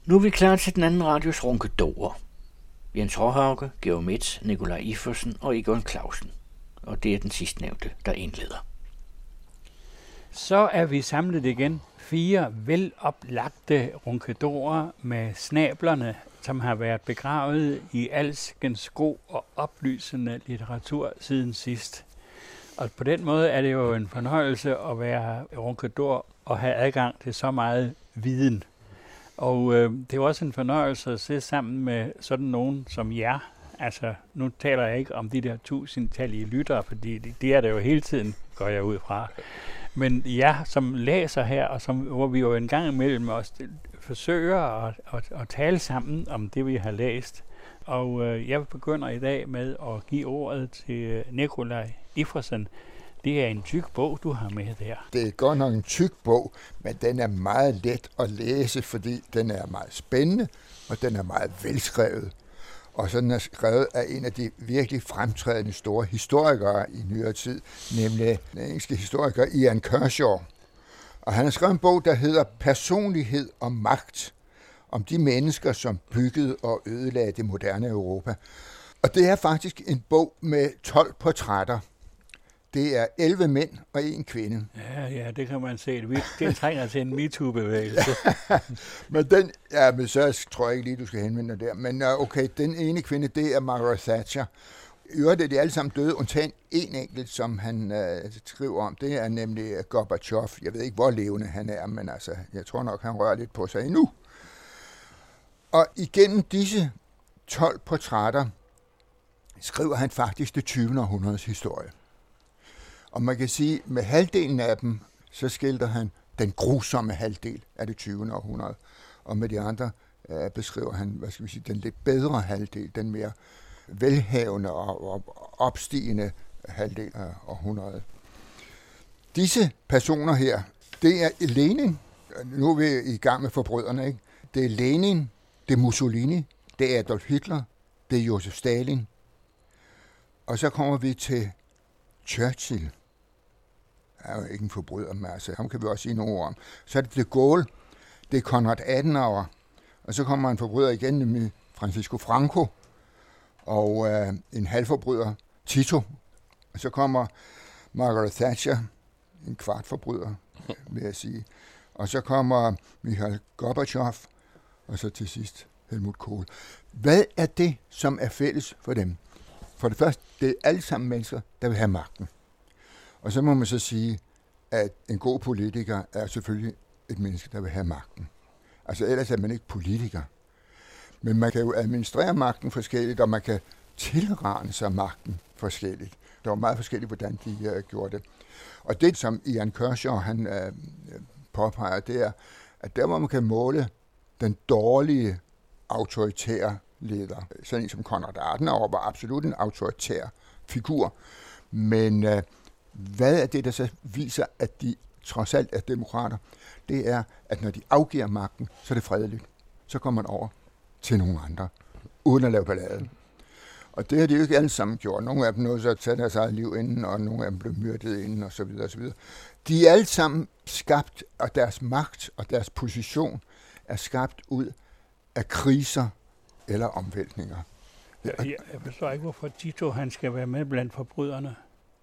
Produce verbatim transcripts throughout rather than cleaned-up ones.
Nu er vi klar til den anden radios ronkedorer. Jens Råhauke, Georg Metz, Nikolaj Iffersen og Egon Clausen. Og det er den sidstnævnte, der indleder. Så er vi samlet igen. Fire veloplagte ronkedorer med snablerne, som har været begravet i alskens god og oplysende litteratur siden sidst. Og på den måde er det jo en fornøjelse at være ronkedor og have adgang til så meget viden. Og øh, det er også en fornøjelse at sidde sammen med sådan nogen som jer. Altså, nu taler jeg ikke om de der tusindtallige lyttere, fordi det er der jo hele tiden, går jeg ud fra. Men jer, som læser her, og som, hvor vi jo en gang imellem også forsøger at, at, at tale sammen om det, vi har læst. Og øh, jeg begynder i dag med at give ordet til Nikolaj Iffersen. Det er en tyk bog, du har med der. Det er godt nok en tyk bog, men den er meget let at læse, fordi den er meget spændende, og den er meget velskrevet. Og så den er skrevet af en af de virkelig fremtrædende store historikere i nyere tid, nemlig den engelske historiker Ian Kershaw. Og han har skrevet en bog, der hedder Personlighed og magt, om de mennesker, som byggede og ødelagde det moderne Europa. Og det er faktisk en bog med tolv portrætter. Det er elleve mænd og en kvinde. Ja, ja, det kan man se. Det trænger til en MeToo-bevægelse. men den, ja, men så tror jeg ikke lige, du skal henvende dig der. Men okay, den ene kvinde, det er Margaret Thatcher. I øvrigt er de alle sammen døde, undtagen en enkelt, som han uh, skriver om. Det er nemlig Gorbachev. Jeg ved ikke, hvor levende han er, men altså, jeg tror nok, han rører lidt på sig endnu. Og igennem disse tolv portrætter skriver han faktisk det tyvende århundredes historie. Og man kan sige, at med halvdelen af dem, så skildrer han den grusomme halvdel af det tyvende århundrede. Og med de andre øh, beskriver han, hvad skal vi sige, den lidt bedre halvdel, den mere velhavende og, og opstigende halvdel af århundredet. Disse personer her, det er Lenin. Nu er vi i gang med forbryderne, ikke? Det er Lenin, det er Mussolini, det er Adolf Hitler, det er Josef Stalin. Og så kommer vi til Churchill. Han er jo ikke en forbryder, men altså, ham kan vi også sige nogle ord om. Så er det de Gaulle, det er Konrad Adenauer, og så kommer en forbryder igen, nemlig Francisco Franco, og øh, en halvforbryder, Tito. Og så kommer Margaret Thatcher, en kvart forbryder, vil jeg sige. Og så kommer Mikhail Gorbachev, og så til sidst Helmut Kohl. Hvad er det, som er fælles for dem? For det første, det er alle sammen mennesker, der vil have magten. Og så må man så sige, at en god politiker er selvfølgelig et menneske, der vil have magten. Altså ellers er man ikke politiker. Men man kan jo administrere magten forskelligt, og man kan tilrane sig magten forskelligt. Der var meget forskelligt, hvordan de uh, gjorde det. Og det, som Ian Kershaw han, uh, påpeger, det er, at der hvor man kan måle den dårlige autoritære leder. Sådan en som Konrad Adenauer var absolut en autoritær figur. Men øh, hvad er det, der så viser, at de trods alt er demokrater? Det er, at når de afgiver magten, så er det fredeligt. Så kommer man over til nogle andre, uden at lave ballade. Og det har de jo ikke alle sammen gjort. Nogle af dem nåede så at tage deres eget liv inden, og nogle af dem blev myrdet inden, og så videre, og så videre. De er alle sammen skabt, og deres magt og deres position er skabt ud af kriser, eller omvæltninger. Jeg, jeg forstår ikke, hvorfor Tito han skal være med blandt forbryderne.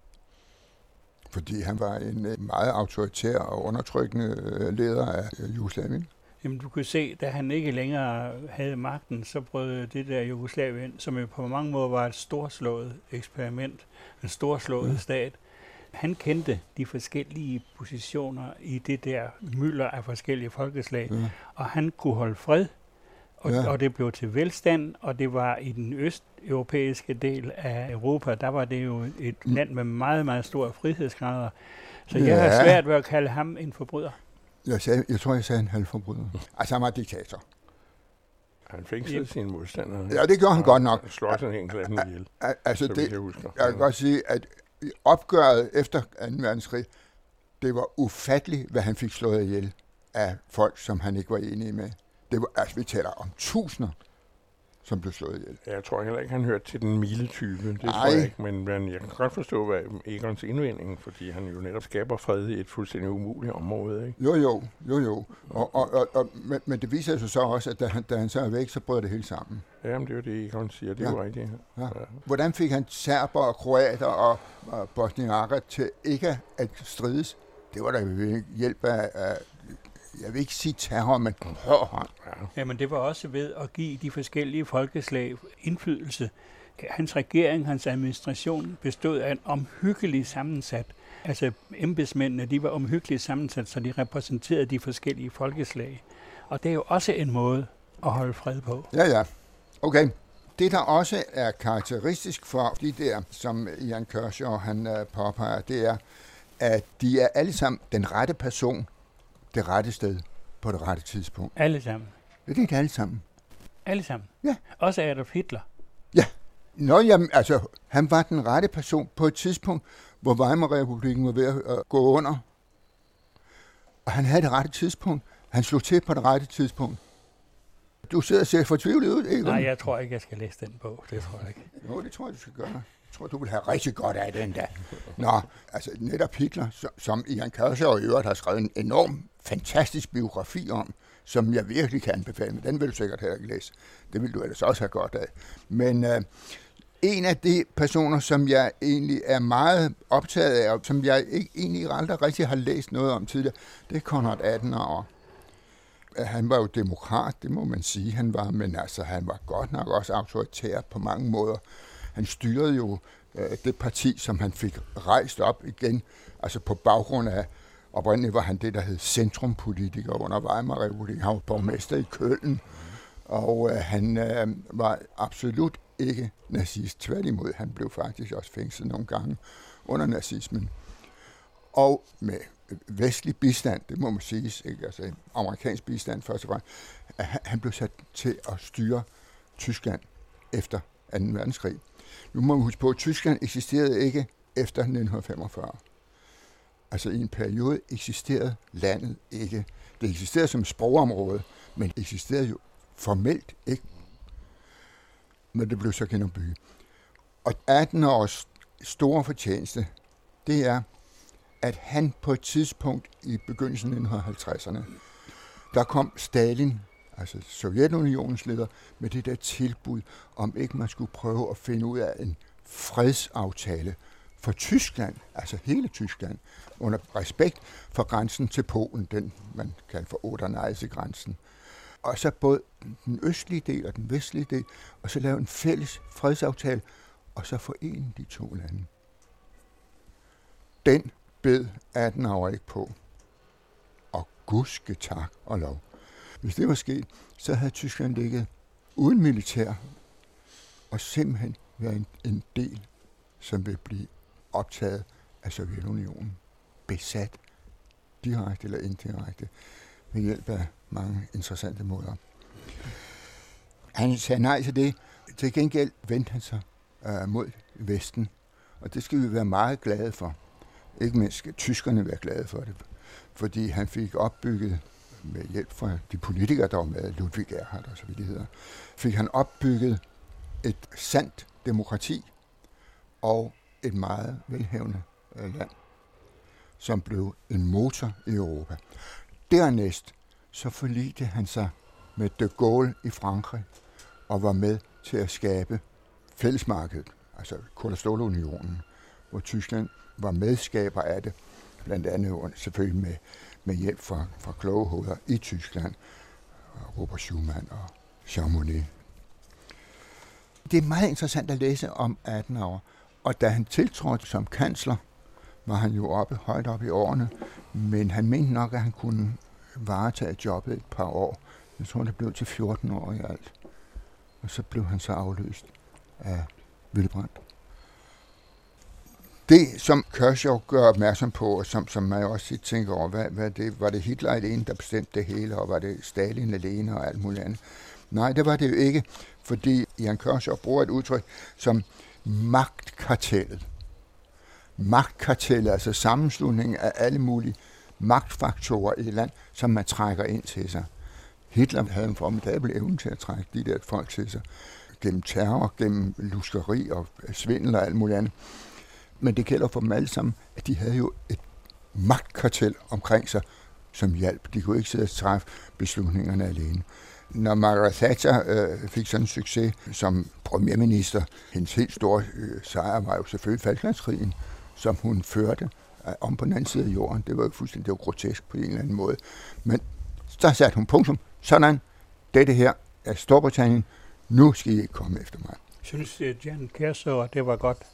Fordi han var en meget autoritær og undertrykkende leder af Jugoslavien. Jamen du kan se, da han ikke længere havde magten, så brød det der Jugoslavien, som jo på mange måder var et storslået eksperiment, en storslået ja. stat. Han kendte de forskellige positioner i det der mylder af forskellige folkeslag, ja. og han kunne holde fred. Og, ja. og det blev til velstand, og det var i den østeuropæiske del af Europa, der var det jo et mm. land med meget, meget store frihedsgrader. Så ja. jeg har svært ved at kalde ham en forbryder. Jeg, sagde, jeg tror, jeg sagde en halvforbryder. Altså, han var diktator. Han fængslede sine modstandere. Ja, det gjorde han godt nok. Han slår sådan en klassen ihjel, altså, det, jeg, jeg kan godt sige, at opgøret efter anden verdenskrig, det var ufatteligt, hvad han fik slået ihjel af folk, som han ikke var enige med. Det var, altså, vi taler om tusinder. som blev slået ihjel. Jeg tror heller ikke, han hørte til den milde type. Det Ej. tror jeg ikke, men, men jeg kan godt forstå, hvad Egons indvending, fordi han jo netop skaber fred i et fuldstændig umuligt område, ikke? Jo, jo, jo, jo. Og, og, og, og, men, men det viser sig så også, at da han, da han så er væk, så brød det hele sammen. Jamen, det er jo det, Egon siger. Det er Ja. jo rigtigt. Ja. Ja. Hvordan fik han serber og kroater og, og bosniakker til ikke at strides? Det var da ved hjælp af, af jeg vil ikke sige terror, men hård. Ja. Jamen det var også ved at give de forskellige folkeslag indflydelse. Hans regering, hans administration bestod af en omhyggelig sammensat. Altså embedsmændene, de var omhyggeligt sammensat, så de repræsenterede de forskellige folkeslag. Og det er jo også en måde at holde fred på. Ja, ja. Okay. Det, der også er karakteristisk for de der, som Ian Kershaw han uh, påpeger, det er, at de er alle sammen den rette person, det rette sted, på det rette tidspunkt. Alle sammen. Det er det alle sammen. Alle sammen. Ja. Også Adolf Hitler. Ja. Nå, jamen, altså, han var den rette person på et tidspunkt, hvor Weimar-republikken var ved at uh, gå under. Og han havde det rette tidspunkt. Han slog til på det rette tidspunkt. Du sidder og ser fortvivlet ud, ikke? Nej, jeg tror ikke, jeg skal læse den bog. Det tror jeg ikke. Jo, det tror jeg, du skal gøre. Jeg tror, du vil have rigtig godt af den der. Nå, altså netop Hitler, som Ian Kershaw i øvrigt har skrevet en enorm, fantastisk biografi om, som jeg virkelig kan anbefale, men den vil du sikkert heller ikke læse. Det vil du ellers også have godt af. Men øh, en af de personer, som jeg egentlig er meget optaget af, og som jeg ikke, egentlig aldrig rigtig har læst noget om tidligere, det er Konrad Adenauer. Han var jo demokrat, det må man sige, han var, men altså, han var godt nok også autoritær på mange måder. Han styrede jo øh, det parti, som han fik rejst op igen, altså på baggrund af, oprindeligt var han det, der hed centrumpolitiker under Weimar-republikken. Han var borgmester i Køln, og øh, han øh, var absolut ikke nazist. Tværtimod, han blev faktisk også fængslet nogle gange under nazismen. Og med vestlig bistand, det må man sige, ikke? Altså amerikansk bistand først og fremmest, han blev sat til at styre Tyskland efter anden verdenskrig. Nu må man huske på, at Tyskland eksisterede ikke efter nitten femogfyrre. Altså i en periode eksisterede landet ikke. Det eksisterede som sprogområde, men det eksisterede jo formelt ikke. Men det blev så genopbygget. Og atten års store fortjeneste, det er, at han på et tidspunkt i begyndelsen af nitten halvtredserne, der kom Stalin, altså Sovjetunionens leder, med det der tilbud, om ikke man skulle prøve at finde ud af en fredsaftale for Tyskland, altså hele Tyskland, under respekt for grænsen til Polen, den man kalder for Oder-Neisse-grænsen. Og så både den østlige del og den vestlige del, og så lave en fælles fredsaftale, og så forene de to lande. Den bed Adenauer ikke på. Og gudske tak og lov. Hvis det var sket, så havde Tyskland ligget uden militær, og simpelthen været en, en del, som vil blive optaget af Sovjetunionen. Besat, direkte eller indirekte, ved hjælp af mange interessante måder. Han sagde nej til det. Til gengæld vendte han sig øh, mod Vesten, og det skal vi være meget glade for. Ikke mindst skal tyskerne være glade for det, fordi han fik opbygget, med hjælp fra de politikere, der var med, Ludwig Erhard og så videre, hedder, fik han opbygget et sandt demokrati og et meget velhavende land, som blev en motor i Europa. Dernæst så forligte han sig med de Gaulle i Frankrig og var med til at skabe fællesmarkedet, altså Kul- og Stålunionen, hvor Tyskland var medskaber af det, blandt andet selvfølgelig med, med hjælp fra, fra kloge hoveder i Tyskland, Robert Schuman og Jean Monnet. Det er meget interessant at læse om Adenauer, og da han tiltrådte som kansler, var han jo oppe, højt oppe i årene, men han mente nok, at han kunne varetage jobbet et par år. Jeg tror, det blev til fjorten år i alt. Og så blev han så afløst af Willy Brandt. Det, som Kershaw gør opmærksom på, og som, som man også tænker over, hvad, hvad det, var det Hitler alene, der bestemte det hele, og var det Stalin alene og alt muligt andet? Nej, det var det jo ikke, fordi Ian Kershaw bruger et udtryk som magtkartellet. Magtkartellet, altså sammenslutningen af alle mulige magtfaktorer i et land, som man trækker ind til sig. Hitler havde en formidabel evne til at trække de der folk til sig. Gennem terror, gennem luskeri og svindel og alt muligt andet. Men det gælder for dem alle sammen, at de havde jo et magtkartel omkring sig, som hjalp. De kunne ikke sidde og træffe beslutningerne alene. Når Margaret Thatcher øh, fik sådan en succes som premierminister, hendes helt store øh, sejr var jo selvfølgelig Falklandskrigen, som hun førte øh, om på den anden side af jorden. Det var jo fuldstændig det var grotesk på en eller anden måde. Men der satte hun punktum. Sådan, dette her er Storbritannien. Nu skal I ikke komme efter mig. Synes Jan Kjærsgaard, det var godt?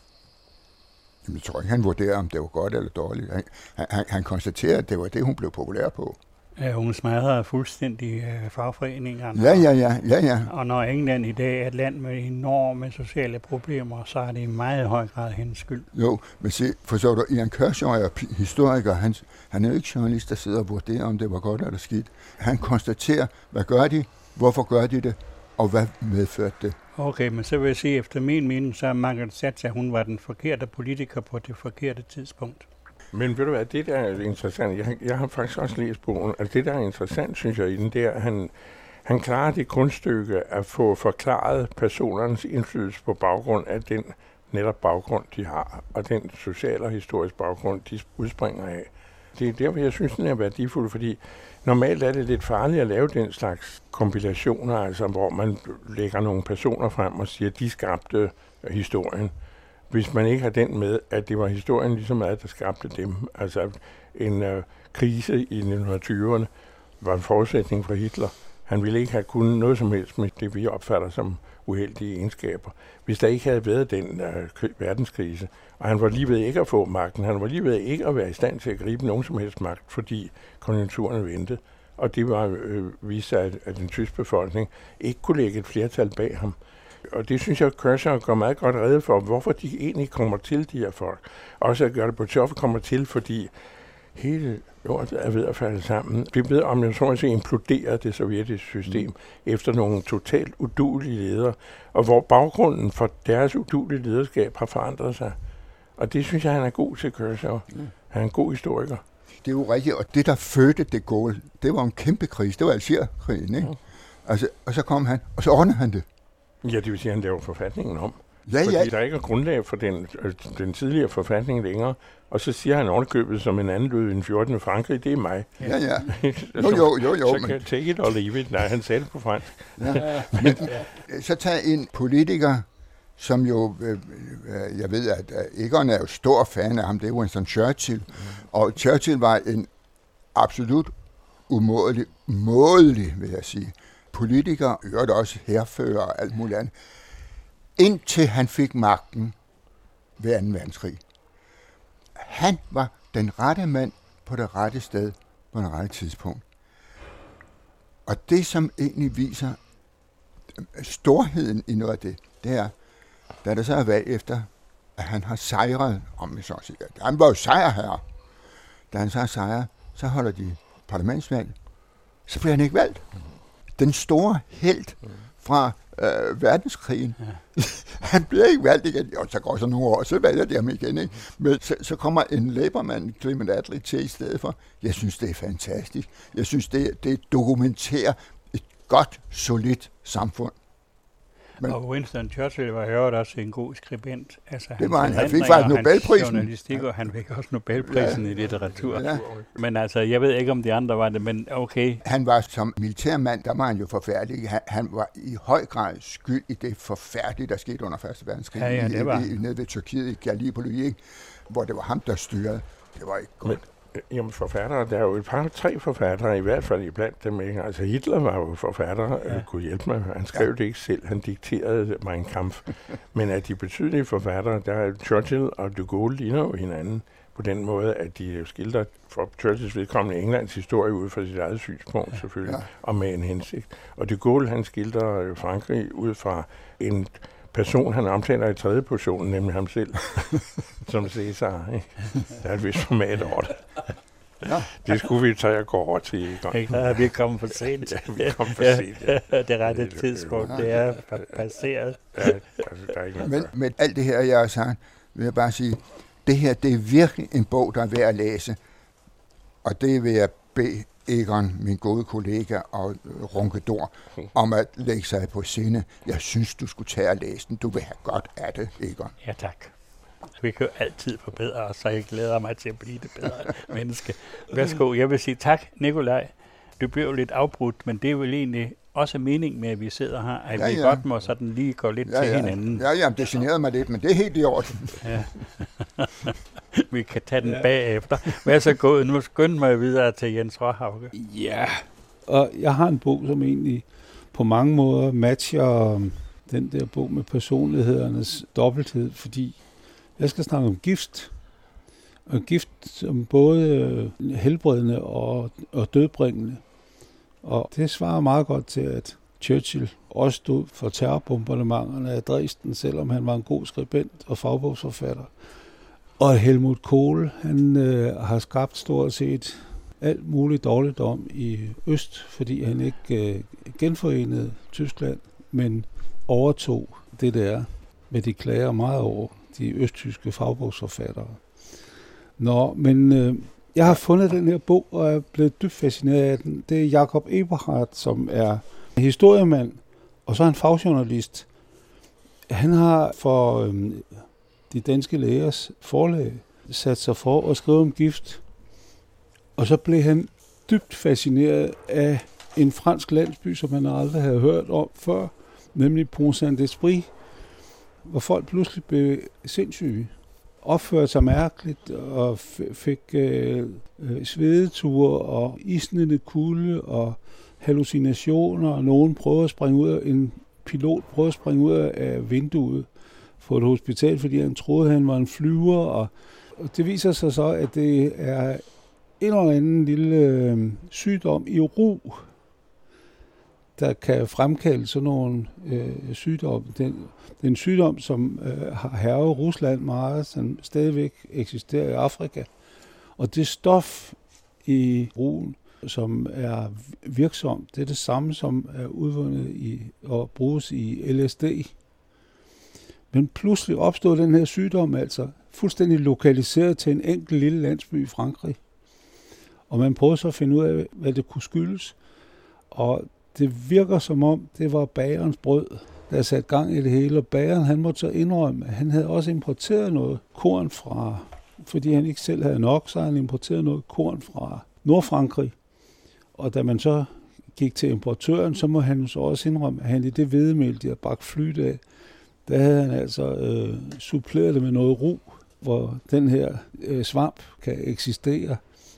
Jamen, jeg tror ikke, han vurderer, om det var godt eller dårligt. Han, han, han konstaterer, at det var det, hun blev populær på. Ja, hun smadrede fuldstændig øh, fagforeningerne. Ja, ja, ja, ja, ja. Og når England i dag er et land med enorme sociale problemer, så er det i meget høj grad hendes skyld. Jo, men se, forstår du, Ian Kershaw er historiker. Han, han er jo ikke journalist, der sidder og vurderer, om det var godt eller skidt. Han konstaterer, hvad gør de, hvorfor gør de det, og hvad medførte det. Okay, men så vil jeg sige, efter min mening, så er Margaret Thatcher, hun var den forkerte politiker på det forkerte tidspunkt. Men ved du hvad, det der er interessant, jeg, jeg har faktisk også læst bogen, altså det der er interessant, synes jeg, i den der, han, han klarer det kunststykke at få forklaret personernes indflydelse på baggrund af den netop baggrund, de har, og den sociale og historiske baggrund, de udspringer af. Det er derfor, jeg synes, den er værdifuld, fordi normalt er det lidt farligt at lave den slags kompilationer, altså hvor man lægger nogle personer frem og siger, at de skabte historien. Hvis man ikke har den med, at det var historien lige så meget, der skabte dem. Altså en øh, krise i nitten tyverne var en forudsætning for Hitler. Han ville ikke have kunnet noget som helst med det, vi opfatter som uheldige egenskaber, hvis der ikke havde været den øh, verdenskrise. Og han var lige ved ikke at få magten. Han var lige ved ikke at være i stand til at gribe nogen som helst magt, fordi konjunkturerne ventede. Og det var øh, vist sig, at, at den tyske befolkning ikke kunne lægge et flertal bag ham. Og det synes jeg, at Kershaw går meget godt rede for, hvorfor de egentlig kommer til, de her folk. Også at Gorbatjov kommer til, fordi hele lortet er ved at falde sammen. Det er blevet, om jeg så at sige, imploderet det sovjetiske system mm. efter nogle totalt uduelige ledere, og hvor baggrunden for deres uduelige lederskab har forandret sig. Og det synes jeg, han er god til, Kershaw. Mm. Han er en god historiker. Det er jo rigtigt, og det, der fødte de Gaulle, det var en kæmpe krise. Det var Algerkrigen, ikke? Mm. Altså, og så kom han, og så ordnede han det. Ja, det vil sige, at han laver forfatningen om. Ja, fordi ja. der ikke er grundlag for den, den tidligere forfatning længere. Og så siger han ovenikøbet som en anden lød i den fjortende Frankrig, det er mig. Ja, ja. Jo, jo, jo, jo. Så kan take it or leave it. Nej, han sagde det på fransk. Ja. Men, så tag en politiker, som jo, øh, jeg ved, at Egon er jo stor fan af ham, det er Winston Churchill. Mm. Og Churchill var en absolut umådelig, mådelig, vil jeg sige, politiker, øvrigt også hærfører og alt muligt andet, indtil han fik magten ved anden verdenskrig. Han var den rette mand på det rette sted på det rette tidspunkt. Og det, som egentlig viser storheden i noget af det, det er, da der så er valg efter, at han har sejret, om jeg så siger, han var jo sejrherre. Da han så har sejret, så holder de parlamentsvalg, så bliver han ikke valgt. Den store helt fra øh, verdenskrigen. Ja. Han bliver ikke valgt igen. Jo, så går så nogle år, så vælger de ham igen. Ikke? Men så, så kommer en labormand, Clement Attlee, til i stedet for. Jeg synes, det er fantastisk. Jeg synes, det, det dokumenterer et godt, solidt samfund. Men, og Winston Churchill var jo også en god skribent. Altså, det var han. Han fik faktisk Nobelprisen. Journalistik, og han fik også Nobelprisen ja. i litteratur. Ja. Men altså, jeg ved ikke, om de andre var det, men okay. Han var som militærmand, der var han jo forfærdelig. Han, han var i høj grad skyld i det forfærdelige, der skete under første verdenskrig. Ja, ja, det var. I, i, nede ved Tyrkiet, i Gallipoli, hvor det var ham, der styrede. Det var ikke godt. Men, jamen forfattere, der er jo et par, tre forfattere, i hvert fald iblandt dem, ikke? Altså Hitler var jo forfatter, ja. kunne hjælpe mig. Han skrev ja. det ikke selv, han dikterede Mein Kampf. Men af de betydelige forfattere, der er Churchill og de Gaulle ligner jo hinanden på den måde, at de skildrer for Churchills vedkommende Englands historie ud fra sit eget synspunkt ja. selvfølgelig, ja. og med en hensigt. Og de Gaulle, han skildrer Frankrig ud fra en person, han omtaler i tredje position, nemlig ham selv, som Cæsar. Ikke? Der er et vist format over det. Ja. Det skulle vi tage og gå over til. Ja, vi er kommet for sent. Ja, vi er kommet for sent. Ja. Ja, det rette tidspunkt, det er passeret. Ja, altså, der er ikke Men med alt det her, jeg har sagt, vil jeg bare sige, det her, det er virkelig en bog, der er værd at læse. Og det vil jeg bede Egon, min gode kollega og Ronkedor, om at lægge sig på sinde. Jeg synes, du skulle tage og læse den. Du vil have godt af det, Egon. Ja, tak. Vi kan jo altid forbedre os, så jeg glæder mig til at blive det bedre menneske. Værsgo, jeg vil sige tak, Nikolaj. Det blev lidt afbrudt, men det er vel egentlig også meningen med, at vi sidder her, at ja, vi ja. godt må sådan lige gå lidt ja, til ja. hinanden. Ja, ja, det generede mig lidt, men det er helt i orden. Ja. Vi kan tage den ja. bagefter. Vær så god, nu skynd mig videre til Jens Råhauke. Ja, og jeg har en bog, som egentlig på mange måder matcher den der bog med personlighedernes dobbelthed, fordi jeg skal snakke om gift. Og gift som både helbredende og, og dødbringende. Og det svarer meget godt til, at Churchill også stod for terrorbombardementerne af Dresden, selvom han var en god skribent og fagbogsforfatter. Og Helmut Kohl, han øh, har skabt stort set alt muligt dårligdom i øst, fordi han ikke øh, genforenede Tyskland, men overtog det der, med de klager meget over de østtyske fagbogsforfattere. Nå, men øh, jeg har fundet den her bog, og er blevet dybt fascineret af den. Det er Jakob Eberhardt, som er historiemand, og så er han fagjournalist. Han har for øh, de danske lægers forlag sat sig for at skrive om gift, og så blev han dybt fascineret af en fransk landsby, som han aldrig havde hørt om før, nemlig Pont-Saint-Esprit, hvor folk pludselig blev sindssyge, opførte sig mærkeligt og fik øh, svedeture og isnende kulde og hallucinationer, og nogen prøvede at springe ud af, en pilot prøvede at springe ud af vinduet på et hospital, fordi han troede, at han var en flyver, og, og det viser sig så, at det er en eller anden lille øh, sygdom i ru, der kan fremkalde sådan nogle øh, sygdomme. Den, det er en sygdom, som øh, har hærget Rusland meget, som stadigvæk eksisterer i Afrika. Og det stof i ruen, som er virksomt, det er det samme, som er udvundet i, og bruges i L S D. Men pludselig opstod den her sygdom altså fuldstændig lokaliseret til en enkelt lille landsby i Frankrig. Og man prøvede så at finde ud af, hvad det kunne skyldes. Og det virker som om, det var bagerens brød, der satte gang i det hele. Og bageren, han måtte så indrømme, at han havde også importeret noget korn fra, fordi han ikke selv havde nok, så han importeret noget korn fra Nordfrankrig. Og da man så gik til importøren, så må han så også indrømme, at han i det hvedemel, de havde bagt flyt af, der havde han altså øh, suppleret det med noget ru, hvor den her øh, svamp kan eksistere.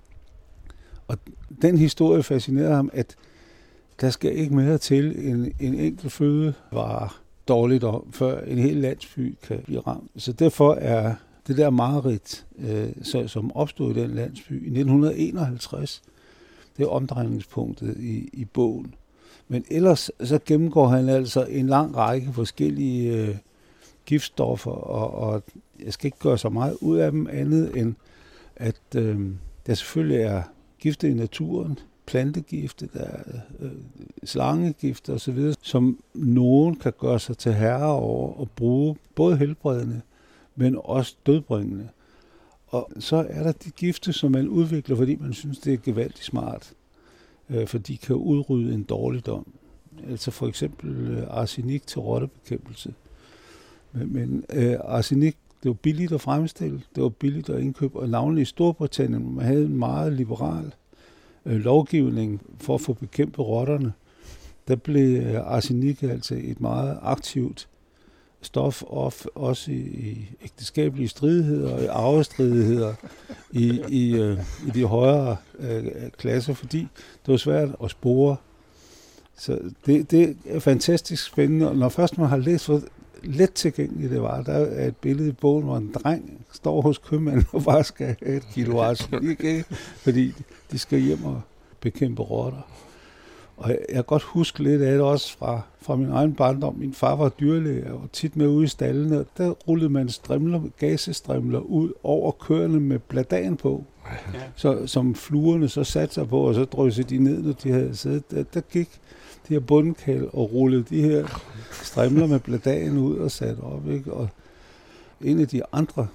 Og den historie fascinerede ham, at der skal ikke mere til en, en enkelt fødevare dårligt om, før en hel landsby kan blive ramt. Så derfor er det der mareridt, øh, så, som opstod i den landsby i nitten enoghalvtreds, det er omdrejningspunktet i, i bogen. Men ellers så gennemgår han altså en lang række forskellige øh, giftstoffer, og, og jeg skal ikke gøre så meget ud af dem andet, end at øh, der selvfølgelig er gifte i naturen, plantegifte, der er øh, slangegifte osv., som nogen kan gøre sig til herre over og bruge både helbredende, men også dødbringende. Og så er der de gifte, som man udvikler, fordi man synes, det er gevaldigt smart, øh, for de kan udrydde en dårligdom. Altså for eksempel øh, arsenik til rottebekæmpelse. Men, men øh, arsenik, det var billigt at fremstille, det var billigt at indkøbe, og navnlig i Storbritannien, hvor man havde en meget liberal øh, lovgivning for at få bekæmpet rotterne, der blev øh, arsenik altså et meget aktivt stof, of, også i, i ægteskabelige stridigheder og i arvestridigheder i, i, øh, i de højere øh, klasser, fordi det var svært at spore. Så det, det er fantastisk spændende, og når først man har læst, hvor let tilgængeligt det var, der er et billede i bogen, hvor en dreng står hos købmanden og bare skal have et kilo arsenik, ikke? Fordi de skal hjem og bekæmpe rotter. Og jeg kan godt huske lidt af det også fra, fra min egen barndom. Min far var dyrlæge og tit med ude i stallene, og der rullede man strimler, gasestrimler ud over køerne med bladan på, ja. så, som fluerne så satte sig på, og så dryssede de ned, når de havde siddet. Der, der gik de her bundkald og rullede de her strimler med bladan ud og satte op. Ikke? Og en af de andre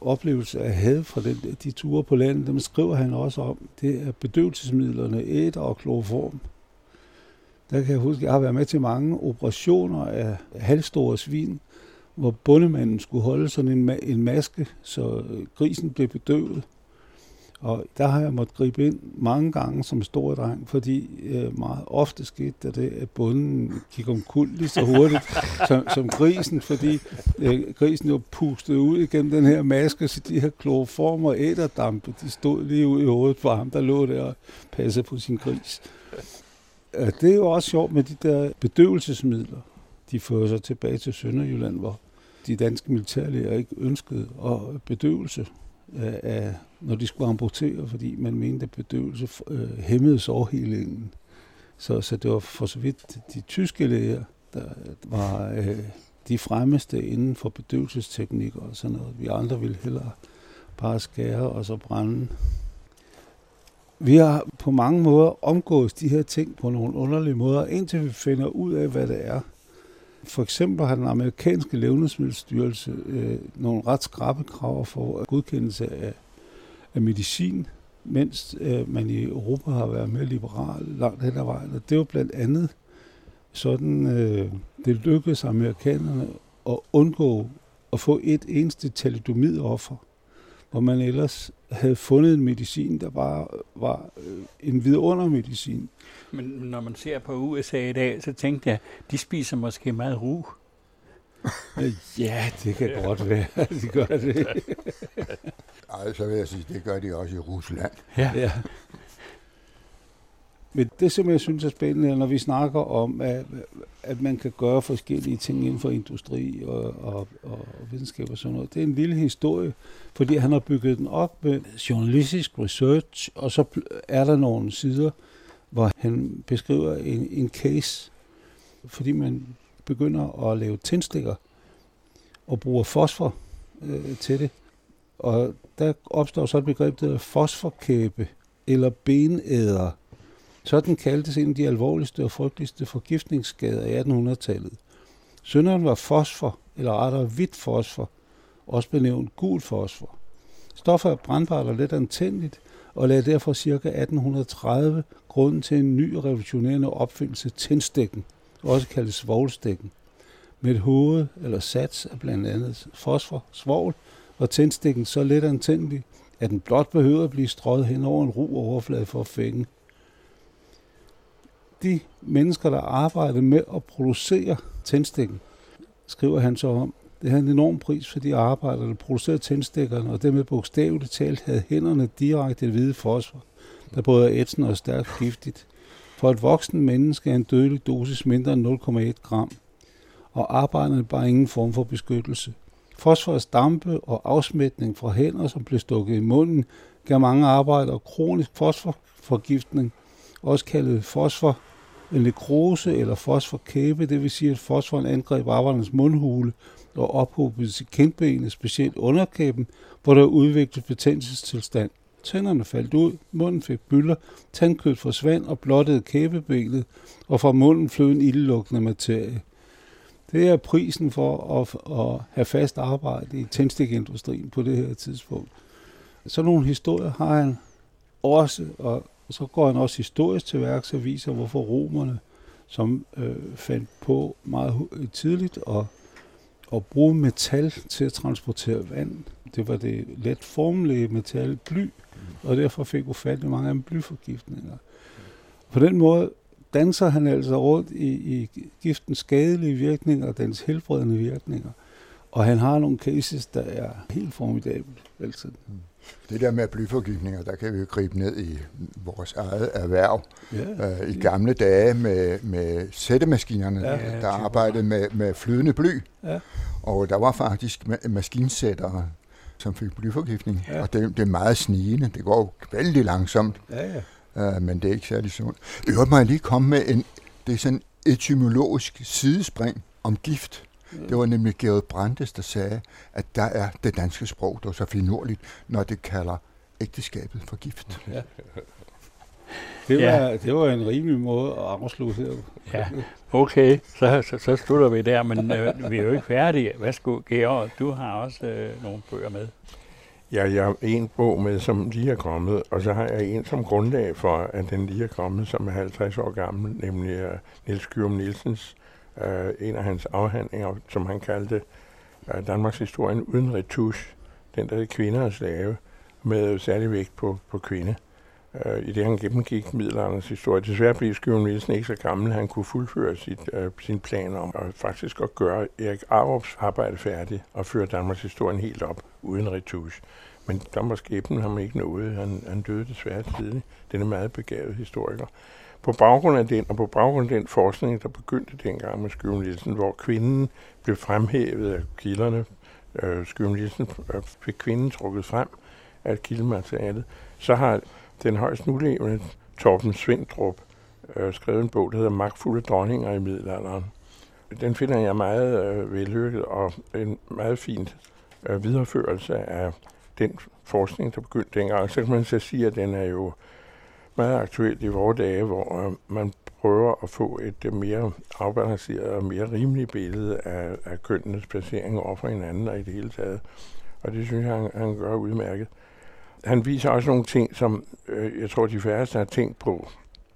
oplevelse af had fra den, de ture på landet, dem skriver han også om. Det er bedøvelsesmidlerne æter og kloroform. Der kan jeg huske, at jeg har været med til mange operationer af halvstore svin, hvor bondemanden skulle holde sådan en, ma- en maske, så grisen blev bedøvet. Og der har jeg måttet gribe ind mange gange som stor dreng, fordi øh, meget ofte skete der det, at bonden gik omkuld lige så hurtigt som, som grisen, fordi øh, grisen jo pustede ud igennem den her maske, så de her kloroform og æterdampe, de stod lige ud i hovedet på ham, der lå der og passede på sin gris. Øh, det er jo også sjovt med de der bedøvelsesmidler. De fører sig tilbage til Sønderjylland, hvor de danske militærlæger ikke ønskede og bedøvelse. Af, når de skulle amputere, fordi man mente, at bedøvelse øh, hæmmede sårhelingen. Så, så det var for så vidt de tyske læger, der var øh, de fremmeste inden for bedøvelsesteknikker og sådan noget. Vi andre ville hellere bare skære og så brænde. Vi har på mange måder omgået de her ting på nogle underlige måder, indtil vi finder ud af, hvad det er. For eksempel har den amerikanske levnedsmiddelstyrelse øh, nogle ret skrappe krav for godkendelse af, af medicin, mens øh, man i Europa har været mere liberal langt hen ad vejen. Og det var blandt andet sådan, øh, det lykkedes amerikanerne at undgå at få et eneste thalidomidoffer, hvor man ellers havde fundet en medicin, der bare var øh, en vidundermedicin. Men når man ser på U S A i dag, så tænkte jeg, de spiser måske meget ru. Ja, det kan godt være, de gør det. Altså vil jeg sige, det gør de også i Rusland. Ja. Ja. Men det, som jeg synes er spændende, når vi snakker om, at, at man kan gøre forskellige ting inden for industri og, og, og videnskab og sådan noget, det er en lille historie, fordi han har bygget den op med journalistisk research, og så er der nogle sider, hvor han beskriver en, en case, fordi man begynder at lave tændstikker og bruger fosfor øh, til det. Og der opstår så et begreb, der hedder fosforkæbe eller benæder. Sådan kaldtes en af de alvorligste og frygteligste forgiftningsskader i attenhundredetallet. Synderen var fosfor, eller rettere hvidt fosfor, også benævnt gul fosfor. Stoffet er brandbart og let antændeligt, og lagde derfor ca. atten tredive grunden til en ny og revolutionerende opfindelse, tændstikken, også kaldet svovlstikken. Med et hoved eller sats af blandt andet fosfor, svovl, var tændstikken så let antændelig, at den blot behøvede at blive strøget hen over en ru overflade for at fænge. De mennesker, der arbejdede med at producere tændstikken, skriver han så om, det havde en enorm pris for de arbejdere, der producerede tændstikkerne, og dermed bogstaveligt talt havde hænderne direkte hvide fosfor, der både er ætsende og stærkt giftigt. For et voksen menneske er en dødelig dosis mindre end nul komma en gram, og arbejderne bare ingen form for beskyttelse. Fosfors dampe og afsmætning fra hænder, som blev stukket i munden, gav mange arbejdere kronisk fosforforgiftning, også kaldet fosfor nekrose eller fosforkæbe, det vil sige, at fosforen angreb arbejdernes mundhule og ophobede til kindbenet, specielt underkæben, hvor der udviklede betændelsestilstand. Tænderne faldt ud, munden fik bylder, tandkød forsvandt og blottede kæbebenet, og fra munden flød en ildelugtende materie. Det er prisen for at, at have fast arbejde i tændsstikindustrien på det her tidspunkt. Så nogle historier har han også, og så går han også historisk til værks og viser, hvorfor romerne, som øh, fandt på meget tidligt at, at bruge metal til at transportere vand. Det var det let formelige metal, bly, og derfor fik ufattelig mange af blyforgiftninger. På den måde danser han altså rundt i, i giftens skadelige virkninger og dens helbredende virkninger. Og han har nogle cases, der er helt formidable altid. Det der med blyforgiftninger, der kan vi jo gribe ned i vores eget erhverv. Ja. Øh, I gamle dage med, med sættemaskinerne, Ja, der, der arbejdede med, med flydende bly. Ja. Og der var faktisk ma- maskinsættere, som fik blyforgiftning. Ja. Og det, det er meget snigende. Det går jo vældig langsomt, Ja, ja. øh, men det er ikke særlig sundt. I øvrigt må jeg lige komme med en, det er sådan en etymologisk sidespring om gift. Det var nemlig Georg Brandes, der sagde, at der er det danske sprog, der er så finurligt, når det kalder ægteskabet for gift. Ja. Det, var, ja. det var en rimelig måde at afslutte her. Ja, okay, så, så, så slutter vi der, men øh, vi er jo ikke færdige. Værsgo, Georg, du har også øh, nogle bøger med. Ja, jeg har en bog med, som lige er kommet, og så har jeg en som grundlag for, at den lige er kommet, som er halvtreds år gammel, nemlig uh, Niels Kyrum Nielsens, uh, en af hans afhandlinger, som han kaldte uh, Danmarks historien uden retouche, den der hed Kvinder og slave, med særlig vægt på, på kvinde. Uh, I det han gennemgik middelalderens historie. Desværre blev Kyrum Nielsen ikke så gammel, han kunne fuldføre sit, uh, sin plan om at faktisk at gøre Erik Arups arbejde færdigt og føre Danmarks historien helt op uden retouche. Men der var skæbnen ham ikke nået. Han, han døde desværre tidligt. Den er meget begavet historiker. På baggrund af den, og på baggrund af den forskning, der begyndte dengang med Kyrum Nielsen, hvor kvinden blev fremhævet af kilderne, øh, Kyrum Nielsen øh, fik kvinden trukket frem af kildematerialet, så har den højst nulevende Torben Svendstrup øh, skrevet en bog, der hedder Magtfulde dronninger i middelalderen. Den finder jeg meget øh, vellykket og en meget fint øh, videreførelse af den forskning, der begyndte dengang. Så kan man så sige, at den er jo meget aktuel i vores dage, hvor øh, man prøver at få et øh, mere afbalanceret og mere rimeligt billede af, af kønnenes placering over for hinanden og i det hele taget. Og det synes jeg, han, han gør udmærket. Han viser også nogle ting, som øh, jeg tror, de færreste har tænkt på.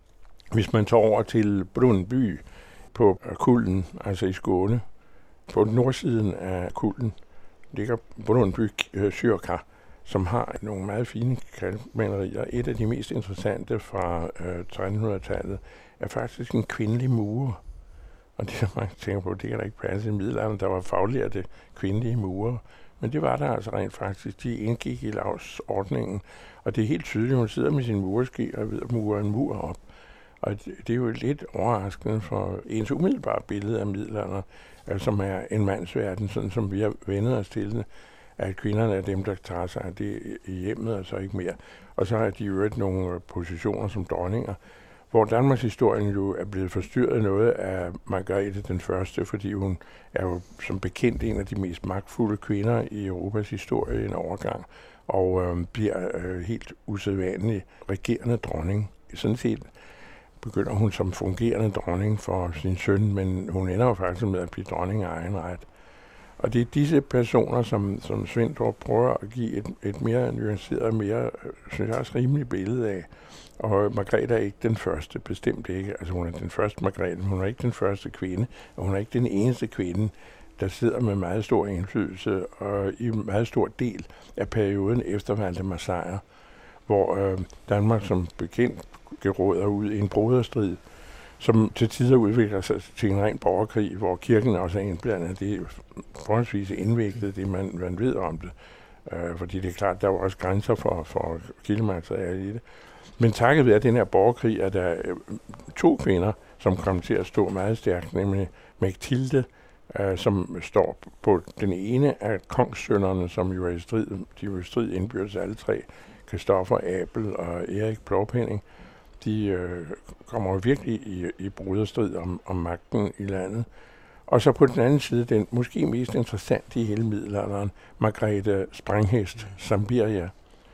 Hvis man tager over til Brundby på Kullen, altså i Skåne, på nordsiden af Kullen, ligger Brundby øh, Kyrka, som har nogle meget fine kalkmalerier. Et af de mest interessante fra øh, trettenhundredetallet er faktisk en kvindelig murer. Og det, man tænker på, det kan da ikke passe i middelalderen. Der var faglærte kvindelige murer. Men det var der altså rent faktisk. De indgik i lavsordningen. Og det er helt tydeligt, at hun sidder med sin mureske og ved at mure en mur op. Og det, det er jo lidt overraskende for ens umiddelbare billede af middelalderen, altså, som er en mandsverden, sådan som vi har vendet os til det, at kvinderne er dem, der tager sig af det i hjemmet, og så ikke mere. Og så har de jo øvrigt nogle positioner som dronninger, hvor Danmarks historien jo er blevet forstyrret noget af Margrethe den Første, fordi hun er jo som bekendt en af de mest magtfulde kvinder i Europas historie i en overgang, og øh, bliver øh, helt usædvanlig regerende dronning. Sådan set begynder hun som fungerende dronning for sin søn, men hun ender jo faktisk med at blive dronning af egen ret. Og det er disse personer, som, som Svendstrup prøver at give et, et mere nuanceret og mere, synes jeg også, rimeligt billede af. Og Margrethe er ikke den første, bestemt ikke. Altså hun er den første Margrethe, men hun er ikke den første kvinde, og hun er ikke den eneste kvinde, der sidder med meget stor indflydelse og i en meget stor del af perioden efter Valdemar Sejr, hvor øh, Danmark som bekendt geråder ud i en broderstrid, som til tider udvikler sig til en ren borgerkrig, hvor kirken også er indblandet. Det er forholdsvis indviklet, det man, man ved om det. Øh, fordi det er klart, der er også grænser for, for kildemateriale i det. Men takket ved den her borgerkrig, er der øh, to kvinder, som kommer til at stå meget stærkt, nemlig Mechtilde, øh, som står på den ene af kongssønnerne, som jo er i strid, de er jo i strid indbyrdes alle tre, Christoffer Abel og Erik Blåpenning. De øh, kommer virkelig i, i broderstrid om, om magten i landet. Og så på den anden side, den måske mest interessante i hele middelalderen, Margrethe Spranghest, Zambiria,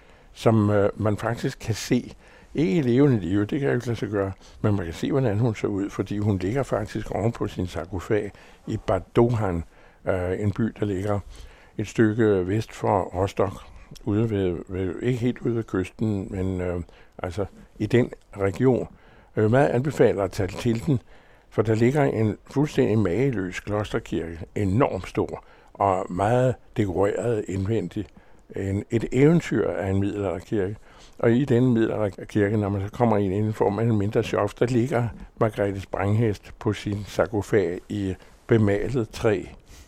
som øh, man faktisk kan se, ikke i levende liv, det kan jeg ikke lade sig gøre, men man kan se, hvordan hun så ud, fordi hun ligger faktisk oven på sin sarkofag i Bad Dohan, øh, en by, der ligger et stykke vest for Rostock, ude ved, ved, ikke helt ude ved kysten, men øh, altså i den region. Jeg meget anbefaler at tage til den, for der ligger en fuldstændig mageløs klosterkirke, enormt stor og meget dekoreret indvendigt. En, et eventyr af en middelalderkirke. Og i den middelalderkirke, når man så kommer ind inden for en mindre sjov, der ligger Margrethe Spranghest på sin sarkofag i bemalet træ,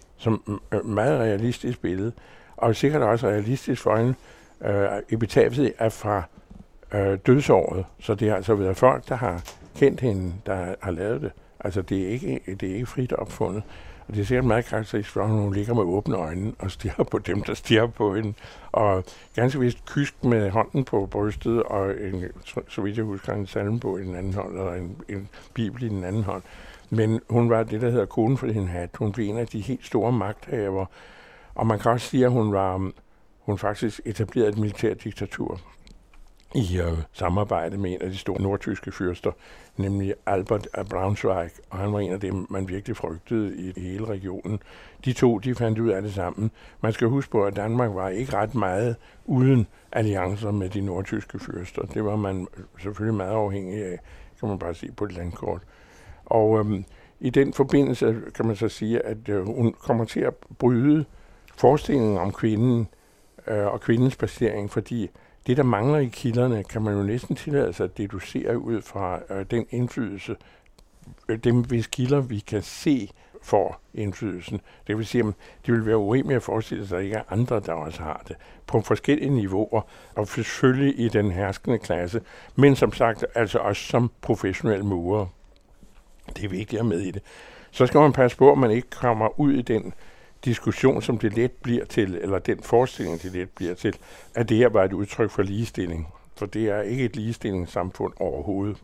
som er meget realistisk billede. Og sikkert også realistisk for en øh, epitafiet er fra øh, dødsåret, så det har altså været folk, der har kendt hende, der har lavet det. Altså det er ikke, det er ikke frit opfundet. Og det er sikkert meget karakteristisk for, at hun ligger med åbne øjne og stirrer på dem, der stirrer på hende. Og ganske vist kysk med hånden på brystet og en, så vidt jeg husker, en salmebog i den anden hånd, eller en, en bibel i den anden hånd. Men hun var det, der hedder konen for den hat. Hun blev en af de helt store magthaver. Og man kan også sige, at hun var hun faktisk etablerede et militærdiktatur. i øh, samarbejde med en af de store nordtyske fyrster, nemlig Albert af Braunschweig, og han var en af dem, man virkelig frygtede i hele regionen. De to, de fandt ud af det sammen. Man skal huske på, at Danmark var ikke ret meget uden alliancer med de nordtyske fyrster. Det var man selvfølgelig meget afhængig af, kan man bare sige på et landkort. Og øhm, i den forbindelse kan man så sige, at øh, hun kommer til at bryde forestillingen om kvinden øh, og kvindens placering, fordi det, der mangler i kilderne, kan man jo næsten tillade sig at deducere ud fra øh, den indflydelse, øh, dem hvis kilder vi kan se for indflydelsen. Det vil sige, at det vil være urimeligt at forestille sig, at der ikke er andre, der også har det, på forskellige niveauer, og selvfølgelig i den herskende klasse, men som sagt, altså også som professionelle murer. Det er vigtigt at med i det. Så skal man passe på, at man ikke kommer ud i den diskussion, som det let bliver til, eller den forestilling, det let bliver til, at det her var et udtryk for ligestilling. For det er ikke et ligestillingssamfund overhovedet.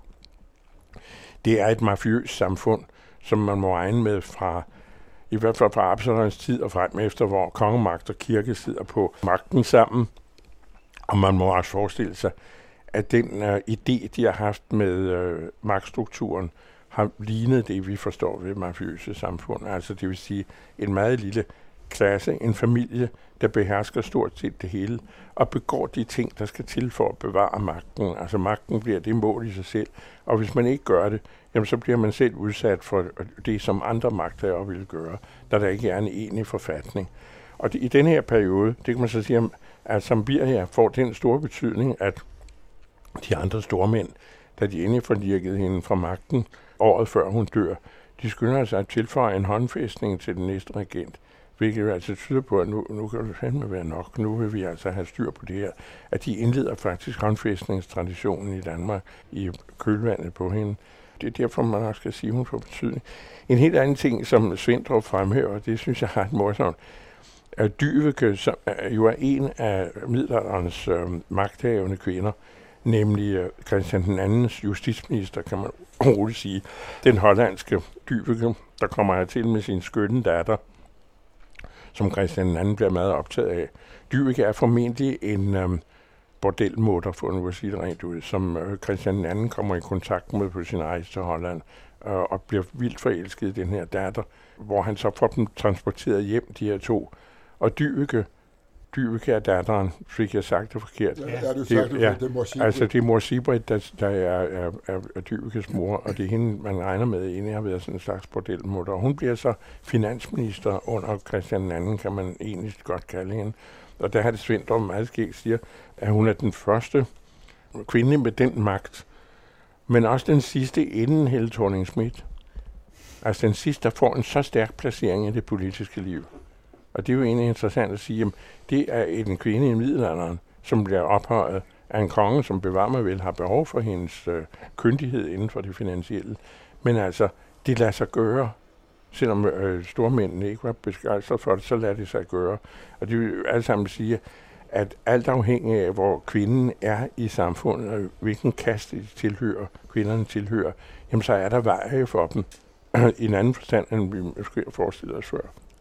Det er et mafiøst samfund, som man må regne med fra, i hvert fald fra Absalons tid og frem efter, hvor kongemagt og kirke sidder på magten sammen. Og man må også forestille sig, at den uh, idé, de har haft med uh, magtstrukturen, har lignet det, vi forstår ved mafiøse samfund. Altså det vil sige en meget lille klasse, en familie, der behersker stort set det hele, og begår de ting, der skal til for at bevare magten. Altså magten bliver det mål i sig selv, og hvis man ikke gør det, jamen så bliver man selv udsat for det, som andre magthavere vil gøre, da der ikke er en enig forfatning. Og det, i den her periode, det kan man så sige, at Sambir får den store betydning, at de andre stormænd, da de endelig forlirkede hende fra magten året før hun dør, de skynder sig at tilføje en håndfæstning til den næste regent, hvilket altså tyder på, at nu, nu kan det fandme være nok. Nu vil vi altså have styr på det her. At de indleder faktisk håndfæstningstraditionen i Danmark i kølvandet på hende. Det er derfor, man også skal sige, at hun får betydning. En helt anden ting, som Svendrup fremhæver, det synes jeg har et morsomt, at Dyveke, som jo er en af middelalderens øh, magthavende kvinder, nemlig Christian den andens justitsminister, kan man roligt sige, den hollandske Dyveke, der kommer hertil med sin skønne datter, som Christian den anden bliver meget optaget af. Dyveke er formentlig en øhm, bordelmutter, for nu at sige det rent ud, som øh, Christian den anden kommer i kontakt med på sin rejse til Holland, øh, og bliver vildt forelsket i den her datter, hvor han så får dem transporteret hjem, de her to. Og Dyveke, Dyveke er datteren, fik jeg sagt det forkert. Ja, ja, du sagt det, ja, det er mor Sigrid. Altså det er mor Sigrid, der, der er, er, er, er Dyvekes mor, og det er hende, man regner med, at har været sådan en slags bordelmutter. Hun bliver så finansminister under Christian den anden, kan man egentlig godt kalde hende. Og der har det Svendrup meget skægt siger, at hun er den første kvinde med den magt, men også den sidste inden Helle Thorning-Schmidt. Altså den sidste, der får en så stærk placering i det politiske liv. Og det er jo egentlig interessant at sige, at det er en kvinde i middelalderen, som bliver ophøjet af en konge, som bevarer mig vel, har behov for hendes øh, kyndighed inden for det finansielle. Men altså, det lader sig gøre. Selvom øh, stormændene ikke var begejstrede for det, så lader det sig gøre. Og det vil alle sammen sige, at alt afhængig af, hvor kvinden er i samfundet, og hvilken kaste de tilhører, kvinderne tilhører, jamen så er der veje for dem i en anden forstand, end vi måske forestiller os før.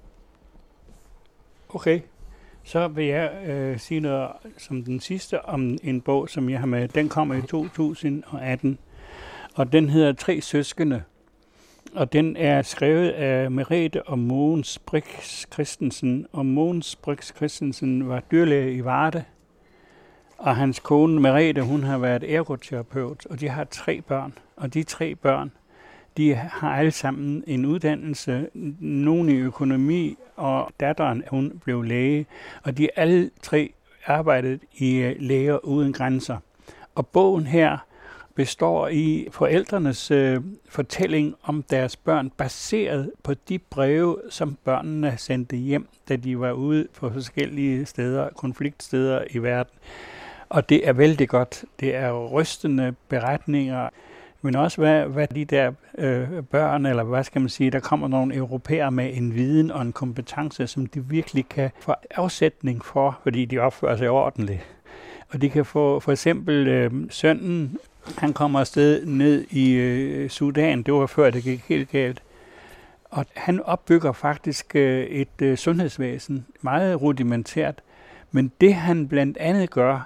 Okay, så vil jeg øh, sige noget som den sidste om en bog, som jeg har med. Den kommer i to tusind og atten, og den hedder Tre søskende. Og den er skrevet af Merete og Mogens Brix Christensen. Og Mogens Brix Christensen var dyrlæge i Varde. Og hans kone Merete, hun har været ergoterapeut, og de har tre børn. Og de tre børn, de har alle sammen en uddannelse, nogen i økonomi, og datteren, hun blev læge. Og de alle tre arbejdet i Læger Uden Grænser. Og bogen her består i forældrenes øh, fortælling om deres børn, baseret på de breve, som børnene sendte hjem, da de var ude på forskellige steder, konfliktsteder i verden. Og det er vældig godt. Det er rystende beretninger, men også hvad, hvad de der øh, børn, eller hvad skal man sige, der kommer nogle europæere med en viden og en kompetence, som de virkelig kan få afsætning for, fordi de opfører sig ordentligt. Og de kan få for eksempel øh, sønnen, han kommer afsted ned i øh, Sudan, det var før det gik helt galt. Og han opbygger faktisk øh, et øh, sundhedsvæsen, meget rudimentært. Men det han blandt andet gør,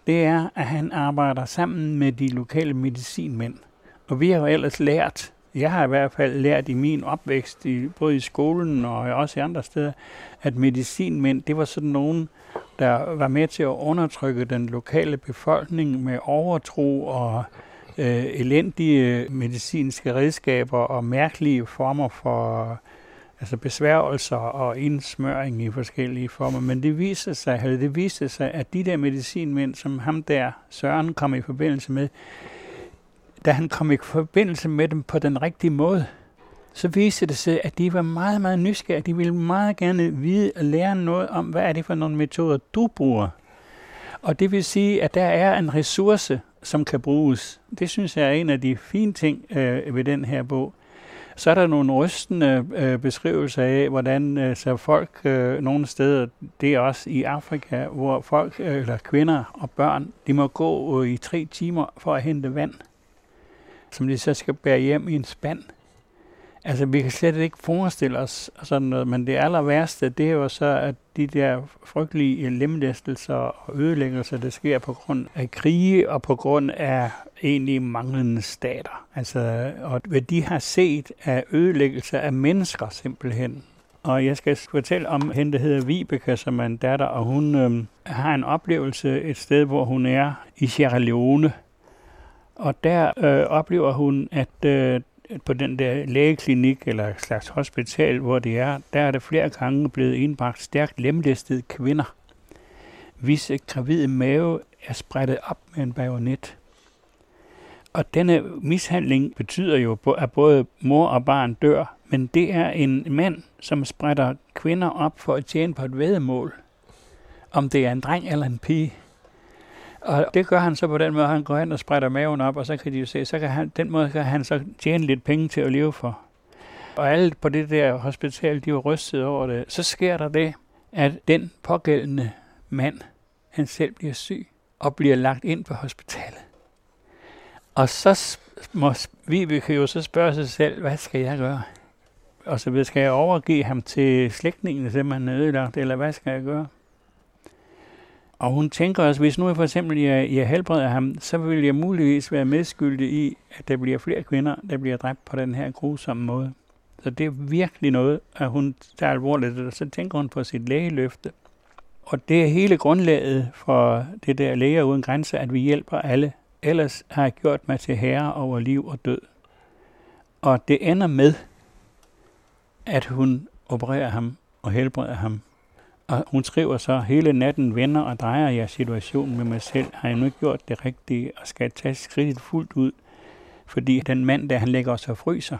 det er, at han arbejder sammen med de lokale medicinmænd. Og vi har jo ellers lært, jeg har i hvert fald lært i min opvækst, i, både i skolen og også i andre steder, at medicinmænd, det var sådan nogen, der var med til at undertrykke den lokale befolkning med overtro og øh, elendige medicinske redskaber og mærkelige former for altså besværgelser og indsmøring i forskellige former. Men det viste sig, eller det viste sig, at de der medicinmænd, som ham der, Søren, kom i forbindelse med, da han kom i forbindelse med dem på den rigtige måde, så viste det sig, at de var meget, meget nysgerrige. De ville meget gerne vide og lære noget om, hvad er det for nogle metoder, du bruger. Og det vil sige, at der er en ressource, som kan bruges. Det synes jeg er en af de fine ting øh, ved den her bog. Så er der nogle rystende øh, beskrivelser af, hvordan øh, så folk øh, nogle steder, det er også i Afrika, hvor folk, øh, eller kvinder og børn, de må gå øh, i tre timer for at hente vand, som de så skal bære hjem i en spand. Altså, vi kan slet ikke forestille os sådan noget, men det aller værste, det er jo så, at de der frygtelige lemlæstelser og ødelæggelser, der sker på grund af krige og på grund af egentlig manglende stater. Altså, og hvad de har set af ødelæggelser af mennesker simpelthen. Og jeg skal fortælle om hende, der hedder Vibeke, som er en datter, og hun øh, har en oplevelse et sted, hvor hun er i Sierra Leone. Og der øh, oplever hun, at øh, på den der lægeklinik eller slags hospital, hvor det er, der er det flere gange blevet indbragt stærkt lemlæstede kvinder, hvis gravide mave er sprættet op med en bajonet. Og denne mishandling betyder jo, at både mor og barn dør, men det er en mand, som sprætter kvinder op for at tjene på et væddemål, om det er en dreng eller en pige. Og det gør han så på den måde, han går hen og sprætter maven op, og så kan de jo se, så kan han, den måde kan han så tjene lidt penge til at leve for. Og alle på det der hospital, de var rystet over det. Så sker der det, at den pågældende mand, han selv bliver syg og bliver lagt ind på hospitalet. Og så må Vibeke jo så spørge sig selv, hvad skal jeg gøre? Og så skal jeg overgive ham til slægtningen, som han er ødelagt, eller hvad skal jeg gøre? Og hun tænker også, hvis nu for eksempel jeg, jeg helbreder ham, så vil jeg muligvis være medskyldig i, at der bliver flere kvinder, der bliver dræbt på den her grusomme måde. Så det er virkelig noget, at hun tager alvorligt, og så tænker hun på sit lægeløfte. Og det er hele grundlaget for det der Læger Uden Grænser, at vi hjælper alle. Ellers har jeg gjort mig til herre over liv og død. Og det ender med, at hun opererer ham og helbreder ham. Og hun skriver så, hele natten vender og drejer jeg situationen med mig selv. Har jeg nu gjort det rigtige og skal tage skridtet fuldt ud? Fordi den mand der, han ligger også og fryser.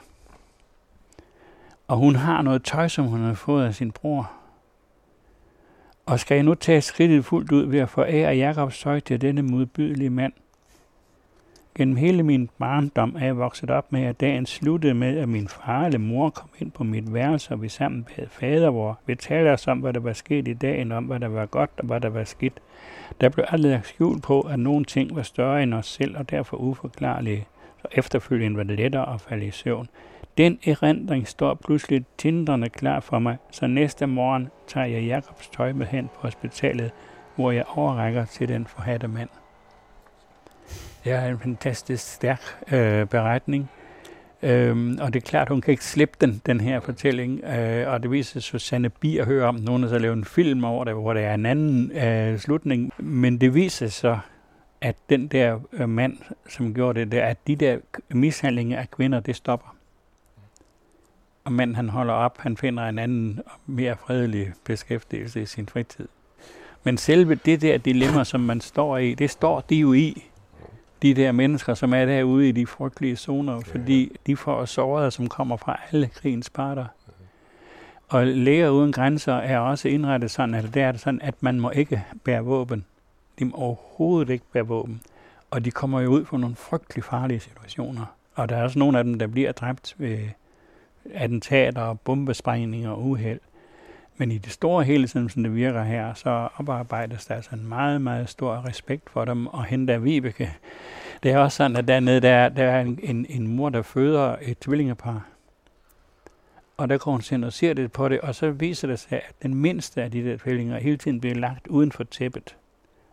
Og hun har noget tøj, som hun har fået af sin bror. Og skal jeg nu tage skridtet fuldt ud ved at forære Jakobs tøj til denne modbydelige mand? Gennem hele min barndom er jeg vokset op med, at dagen sluttede med, at min far eller mor kom ind på mit værelse, og vi sammen bad fader vor. Vi talte os om, hvad der var sket i dagen, om hvad der var godt og hvad der var skidt. Der blev aldrig lagt skjul på, at nogle ting var større end os selv, og derfor uforklarlige. Så efterfølgende var det lettere at falde i søvn. Den erindring står pludselig tindrende klar for mig, så næste morgen tager jeg Jakobs tøj med hen på hospitalet, hvor jeg overrækker til den forhadte mand. Det er en fantastisk stærk øh, beretning, øhm, og det er klart, hun kan ikke slippe den, den her fortælling, øh, og det viser Susanne Bier at høre om, nogen har så lavet en film over det, hvor der er en anden øh, slutning, men det viser så, at den der øh, mand, som gjorde det der, at de der mishandlinger af kvinder, det stopper. Og manden han holder op, han finder en anden mere fredelig beskæftigelse i sin fritid. Men selve det der dilemma, som man står i, det står de jo i, de der mennesker, som er derude i de frygtelige zoner, fordi de får sårede, som kommer fra alle krigens parter. Og Læger Uden Grænser er også indrettet sådan, at det er det sådan, at man må ikke bære våben. De må overhovedet ikke bære våben. Og de kommer jo ud for nogle frygtelig farlige situationer. Og der er også nogle af dem, der bliver dræbt ved attentater, bombesprængninger og uheld. Men i det store hele, som det virker her, så oparbejdes der altså en meget, meget stor respekt for dem. Og hende der Vibeke, det er også sådan, at dernede der er, der er en, en, en mor, der føder et tvillingepar. Og der går hun sen og ser det på det, og så viser det sig, at den mindste af de der tvillinger hele tiden bliver lagt uden for tæppet.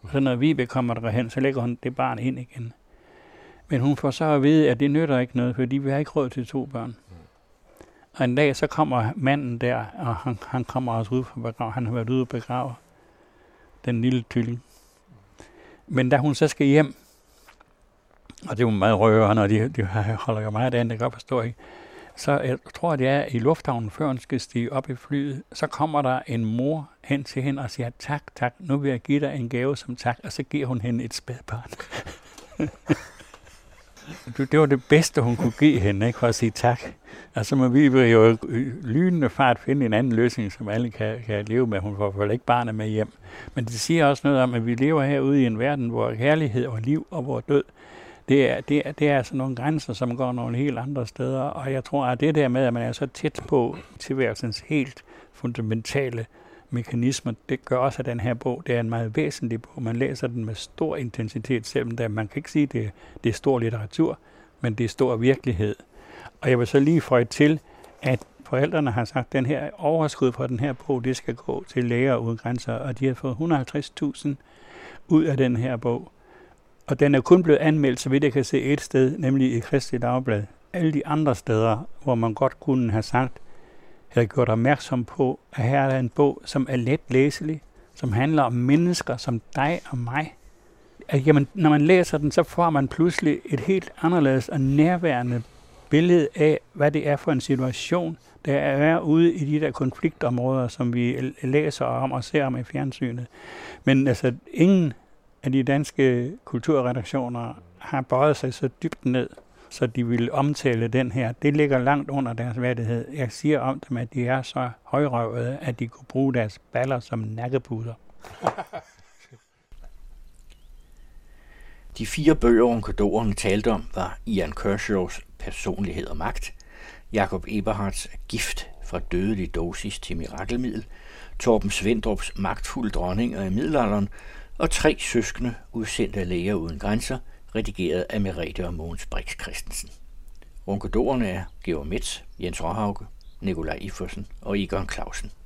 Så når Vibe kommer derhen, så lægger hun det barn ind igen. Men hun får så at vide, at det nytter ikke noget, fordi vi har ikke råd til to børn. Og en dag så kommer manden der, og han, han kommer også ud fra begrav. Han har været ude og begrave den lille tylling. Men da hun så skal hjem, og det er jo meget rørende, og de, de holder jo meget af det, det kan jeg forstå, ikke? Så jeg tror, det er i lufthavnen, før hun skal stige op i flyet, så kommer der en mor hen til hende og siger, tak, tak, nu vil jeg give dig en gave som tak, og så giver hun hende et spædbarn. Det var det bedste, hun kunne give hende, ikke, for at sige tak. Og så må vi jo lynende fart finde en anden løsning, som alle kan, kan leve med. Hun får ikke barnet med hjem. Men det siger også noget om, at vi lever herude i en verden, hvor kærlighed og liv og hvor død, det er, det, er, det er altså nogle grænser, som går nogle helt andre steder. Og jeg tror, at det der med, at man er så tæt på tilværelsens helt fundamentale mekanismer, det gør også, at den her bog, det er en meget væsentlig bog. Man læser den med stor intensitet, selvom der, man kan ikke sige, at det, det er stor litteratur, men det er stor virkelighed. Og jeg vil så lige føje til, at forældrene har sagt, at den her overskud fra den her bog, det skal gå til Læger Uden Grænser, og de har fået et hundrede og halvtreds tusind ud af den her bog. Og den er kun blevet anmeldt, så vidt jeg kan se, et sted, nemlig i Kristeligt Dagblad. Alle de andre steder, hvor man godt kunne have sagt, eller gjort opmærksom på, at her er en bog, som er let læselig, som handler om mennesker som dig og mig. At, jamen, når man læser den, så får man pludselig et helt anderledes og nærværende billede af, hvad det er for en situation, der er ude i de der konfliktområder, som vi læser om og ser om i fjernsynet. Men altså, ingen af de danske kulturredaktioner har bøjet sig så dybt ned, så de vil omtale den her. Det ligger langt under deres værdighed. Jeg siger om dem, at de er så højrøvede, at de kunne bruge deres baller som nakkepuder. De fire bøger, Ronkedorerne talte om, var Ian Kershaws Personlighed og magt, Jacob Eberhards Gift fra dødelig dosis til mirakelmiddel, Torben Svendrups Magtfulde dronninger i middelalderen og Tre søskende udsendt af Læger Uden Grænser, redigeret af Merete og Mogens Brix Christensen. Ronkedorerne er Georg Metz, Jens Råhauke, Nikolaj Iversen og Egon Clausen.